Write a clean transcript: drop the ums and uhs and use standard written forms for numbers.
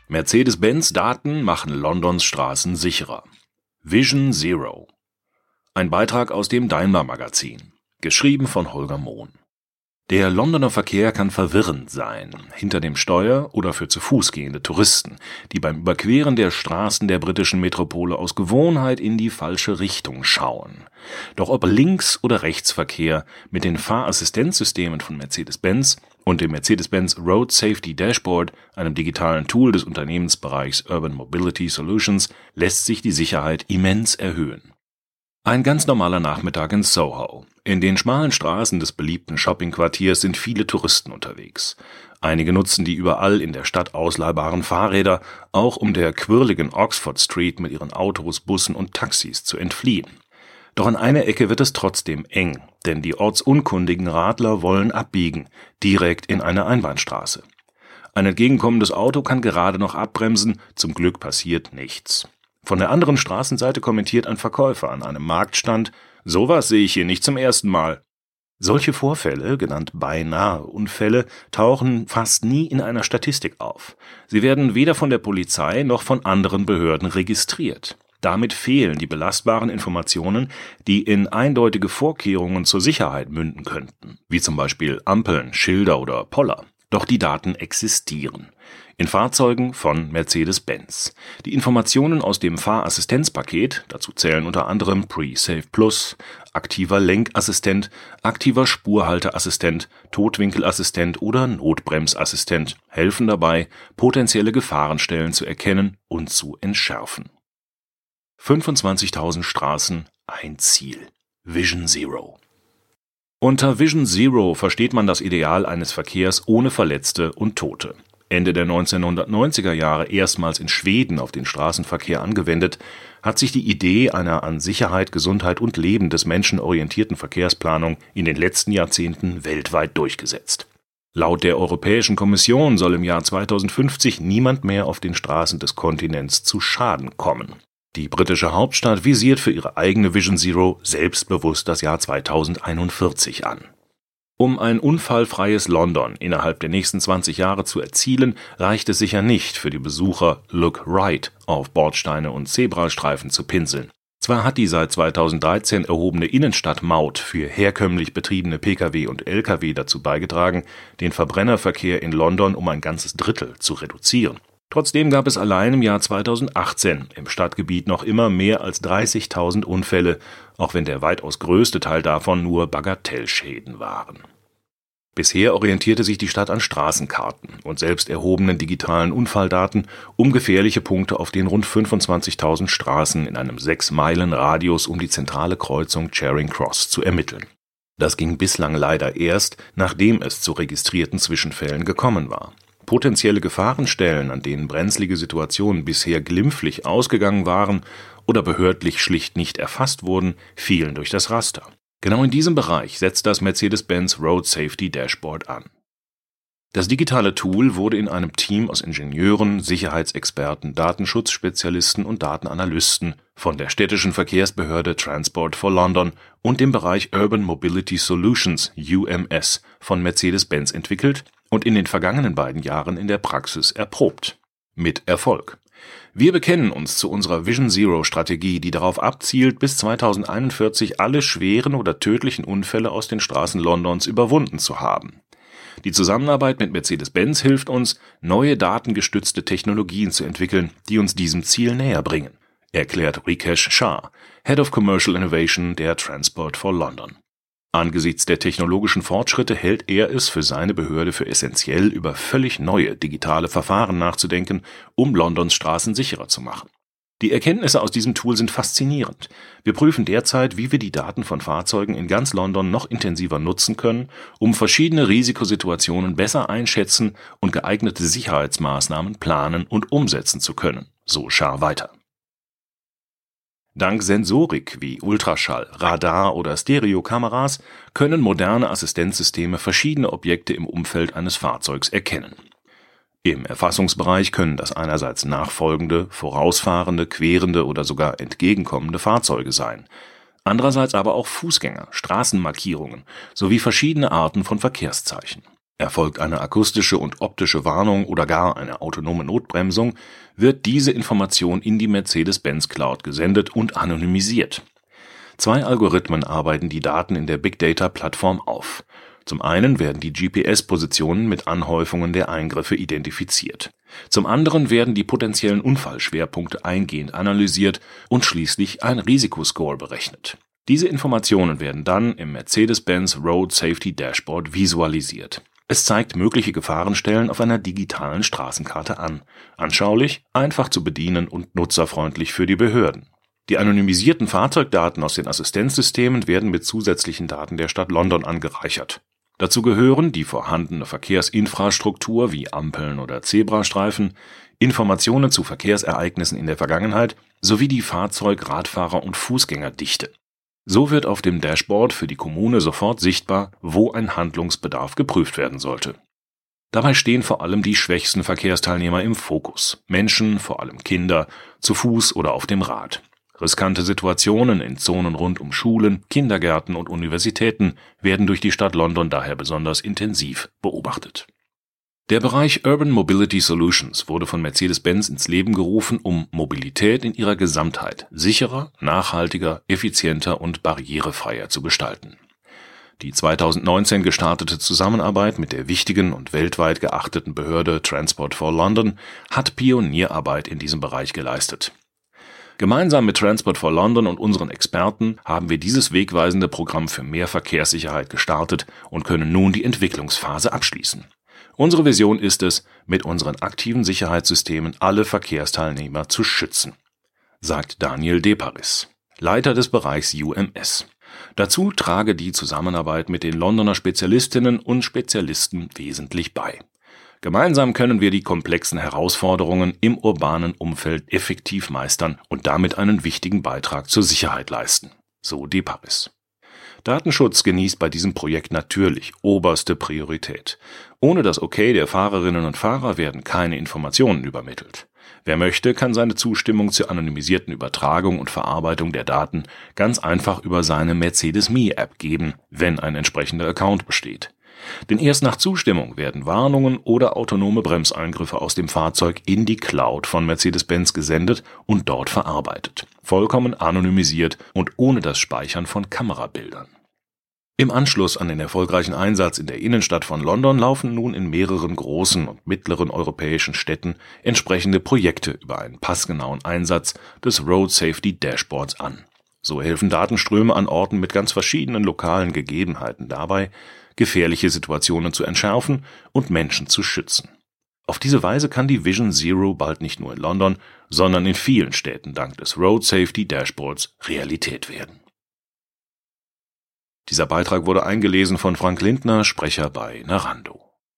Mercedes-Benz-Daten machen Londons Straßen sicherer. Vision Zero. Ein Beitrag aus dem Daimler-Magazin. Geschrieben von Holger Mohn. Der Londoner Verkehr kann verwirrend sein, hinter dem Steuer oder für zu Fuß gehende Touristen, die beim Überqueren der Straßen der britischen Metropole aus Gewohnheit in die falsche Richtung schauen. Doch ob Links- oder Rechtsverkehr mit den Fahrassistenzsystemen von Mercedes-Benz und dem Mercedes-Benz Road Safety Dashboard, einem digitalen Tool des Unternehmensbereichs Urban Mobility Solutions, lässt sich die Sicherheit immens erhöhen. Ein ganz normaler Nachmittag in Soho. In den schmalen Straßen des beliebten Shoppingquartiers sind viele Touristen unterwegs. Einige nutzen die überall in der Stadt ausleihbaren Fahrräder, auch um der quirligen Oxford Street mit ihren Autos, Bussen und Taxis zu entfliehen. Doch an einer Ecke wird es trotzdem eng, denn die ortsunkundigen Radler wollen abbiegen, direkt in eine Einbahnstraße. Ein entgegenkommendes Auto kann gerade noch abbremsen, zum Glück passiert nichts. Von der anderen Straßenseite kommentiert ein Verkäufer an einem Marktstand: „Sowas sehe ich hier nicht zum ersten Mal." Solche Vorfälle, genannt beinahe Unfälle, tauchen fast nie in einer Statistik auf. Sie werden weder von der Polizei noch von anderen Behörden registriert. Damit fehlen die belastbaren Informationen, die in eindeutige Vorkehrungen zur Sicherheit münden könnten, wie zum Beispiel Ampeln, Schilder oder Poller. Doch die Daten existieren. In Fahrzeugen von Mercedes-Benz. Die Informationen aus dem Fahrassistenzpaket, dazu zählen unter anderem Pre-Save Plus, aktiver Lenkassistent, aktiver Spurhalteassistent, Totwinkelassistent oder Notbremsassistent, helfen dabei, potenzielle Gefahrenstellen zu erkennen und zu entschärfen. 25.000 Straßen, ein Ziel. Vision Zero. Unter Vision Zero versteht man das Ideal eines Verkehrs ohne Verletzte und Tote. Ende der 1990er Jahre erstmals in Schweden auf den Straßenverkehr angewendet, hat sich die Idee einer an Sicherheit, Gesundheit und Leben des Menschen orientierten Verkehrsplanung in den letzten Jahrzehnten weltweit durchgesetzt. Laut der Europäischen Kommission soll im Jahr 2050 niemand mehr auf den Straßen des Kontinents zu Schaden kommen. Die britische Hauptstadt visiert für ihre eigene Vision Zero selbstbewusst das Jahr 2041 an. Um ein unfallfreies London innerhalb der nächsten 20 Jahre zu erzielen, reicht es sicher nicht, für die Besucher Look Right auf Bordsteine und Zebrastreifen zu pinseln. Zwar hat die seit 2013 erhobene Innenstadtmaut für herkömmlich betriebene Pkw und Lkw dazu beigetragen, den Verbrennerverkehr in London um ein ganzes Drittel zu reduzieren. Trotzdem gab es allein im Jahr 2018 im Stadtgebiet noch immer mehr als 30.000 Unfälle, auch wenn der weitaus größte Teil davon nur Bagatellschäden waren. Bisher orientierte sich die Stadt an Straßenkarten und selbst erhobenen digitalen Unfalldaten, um gefährliche Punkte auf den rund 25.000 Straßen in einem 6-Meilen-Radius um die zentrale Kreuzung Charing Cross zu ermitteln. Das ging bislang leider erst, nachdem es zu registrierten Zwischenfällen gekommen war. Potenzielle Gefahrenstellen, an denen brenzlige Situationen bisher glimpflich ausgegangen waren oder behördlich schlicht nicht erfasst wurden, fielen durch das Raster. Genau in diesem Bereich setzt das Mercedes-Benz Road Safety Dashboard an. Das digitale Tool wurde in einem Team aus Ingenieuren, Sicherheitsexperten, Datenschutzspezialisten und Datenanalysten von der städtischen Verkehrsbehörde Transport for London und dem Bereich Urban Mobility Solutions (UMS) von Mercedes-Benz entwickelt und in den vergangenen beiden Jahren in der Praxis erprobt. Mit Erfolg. Wir bekennen uns zu unserer Vision Zero Strategie, die darauf abzielt, bis 2041 alle schweren oder tödlichen Unfälle aus den Straßen Londons überwunden zu haben. Die Zusammenarbeit mit Mercedes-Benz hilft uns, neue datengestützte Technologien zu entwickeln, die uns diesem Ziel näher bringen, erklärt Rikesh Shah, Head of Commercial Innovation der Transport for London. Angesichts der technologischen Fortschritte hält er es für seine Behörde für essentiell, über völlig neue digitale Verfahren nachzudenken, um Londons Straßen sicherer zu machen. Die Erkenntnisse aus diesem Tool sind faszinierend. Wir prüfen derzeit, wie wir die Daten von Fahrzeugen in ganz London noch intensiver nutzen können, um verschiedene Risikosituationen besser einschätzen und geeignete Sicherheitsmaßnahmen planen und umsetzen zu können, so Shah weiter. Dank Sensorik wie Ultraschall, Radar oder Stereokameras können moderne Assistenzsysteme verschiedene Objekte im Umfeld eines Fahrzeugs erkennen. Im Erfassungsbereich können das einerseits nachfolgende, vorausfahrende, querende oder sogar entgegenkommende Fahrzeuge sein, andererseits aber auch Fußgänger, Straßenmarkierungen sowie verschiedene Arten von Verkehrszeichen. Erfolgt eine akustische und optische Warnung oder gar eine autonome Notbremsung, wird diese Information in die Mercedes-Benz Cloud gesendet und anonymisiert. 2 Algorithmen arbeiten die Daten in der Big-Data-Plattform auf. Zum einen werden die GPS-Positionen mit Anhäufungen der Eingriffe identifiziert. Zum anderen werden die potenziellen Unfallschwerpunkte eingehend analysiert und schließlich ein Risikoscore berechnet. Diese Informationen werden dann im Mercedes-Benz Road Safety Dashboard visualisiert. Es zeigt mögliche Gefahrenstellen auf einer digitalen Straßenkarte an. Anschaulich, einfach zu bedienen und nutzerfreundlich für die Behörden. Die anonymisierten Fahrzeugdaten aus den Assistenzsystemen werden mit zusätzlichen Daten der Stadt London angereichert. Dazu gehören die vorhandene Verkehrsinfrastruktur wie Ampeln oder Zebrastreifen, Informationen zu Verkehrsereignissen in der Vergangenheit sowie die Fahrzeug-, Radfahrer- und Fußgängerdichte. So wird auf dem Dashboard für die Kommune sofort sichtbar, wo ein Handlungsbedarf geprüft werden sollte. Dabei stehen vor allem die schwächsten Verkehrsteilnehmer im Fokus: Menschen, vor allem Kinder, zu Fuß oder auf dem Rad. Riskante Situationen in Zonen rund um Schulen, Kindergärten und Universitäten werden durch die Stadt London daher besonders intensiv beobachtet. Der Bereich Urban Mobility Solutions wurde von Mercedes-Benz ins Leben gerufen, um Mobilität in ihrer Gesamtheit sicherer, nachhaltiger, effizienter und barrierefreier zu gestalten. Die 2019 gestartete Zusammenarbeit mit der wichtigen und weltweit geachteten Behörde Transport for London hat Pionierarbeit in diesem Bereich geleistet. Gemeinsam mit Transport for London und unseren Experten haben wir dieses wegweisende Programm für mehr Verkehrssicherheit gestartet und können nun die Entwicklungsphase abschließen. Unsere Vision ist es, mit unseren aktiven Sicherheitssystemen alle Verkehrsteilnehmer zu schützen, sagt Daniel Deparis, Leiter des Bereichs UMS. Dazu trage die Zusammenarbeit mit den Londoner Spezialistinnen und Spezialisten wesentlich bei. Gemeinsam können wir die komplexen Herausforderungen im urbanen Umfeld effektiv meistern und damit einen wichtigen Beitrag zur Sicherheit leisten, so Deparis. Datenschutz genießt bei diesem Projekt natürlich oberste Priorität. Ohne das Okay der Fahrerinnen und Fahrer werden keine Informationen übermittelt. Wer möchte, kann seine Zustimmung zur anonymisierten Übertragung und Verarbeitung der Daten ganz einfach über seine Mercedes-Me-App geben, wenn ein entsprechender Account besteht. Denn erst nach Zustimmung werden Warnungen oder autonome Bremseingriffe aus dem Fahrzeug in die Cloud von Mercedes-Benz gesendet und dort verarbeitet. Vollkommen anonymisiert und ohne das Speichern von Kamerabildern. Im Anschluss an den erfolgreichen Einsatz in der Innenstadt von London laufen nun in mehreren großen und mittleren europäischen Städten entsprechende Projekte über einen passgenauen Einsatz des Road Safety Dashboards an. So helfen Datenströme an Orten mit ganz verschiedenen lokalen Gegebenheiten dabei, gefährliche Situationen zu entschärfen und Menschen zu schützen. Auf diese Weise kann die Vision Zero bald nicht nur in London, sondern in vielen Städten dank des Road Safety Dashboards Realität werden. Dieser Beitrag wurde eingelesen von Frank Lindner, Sprecher bei Narando.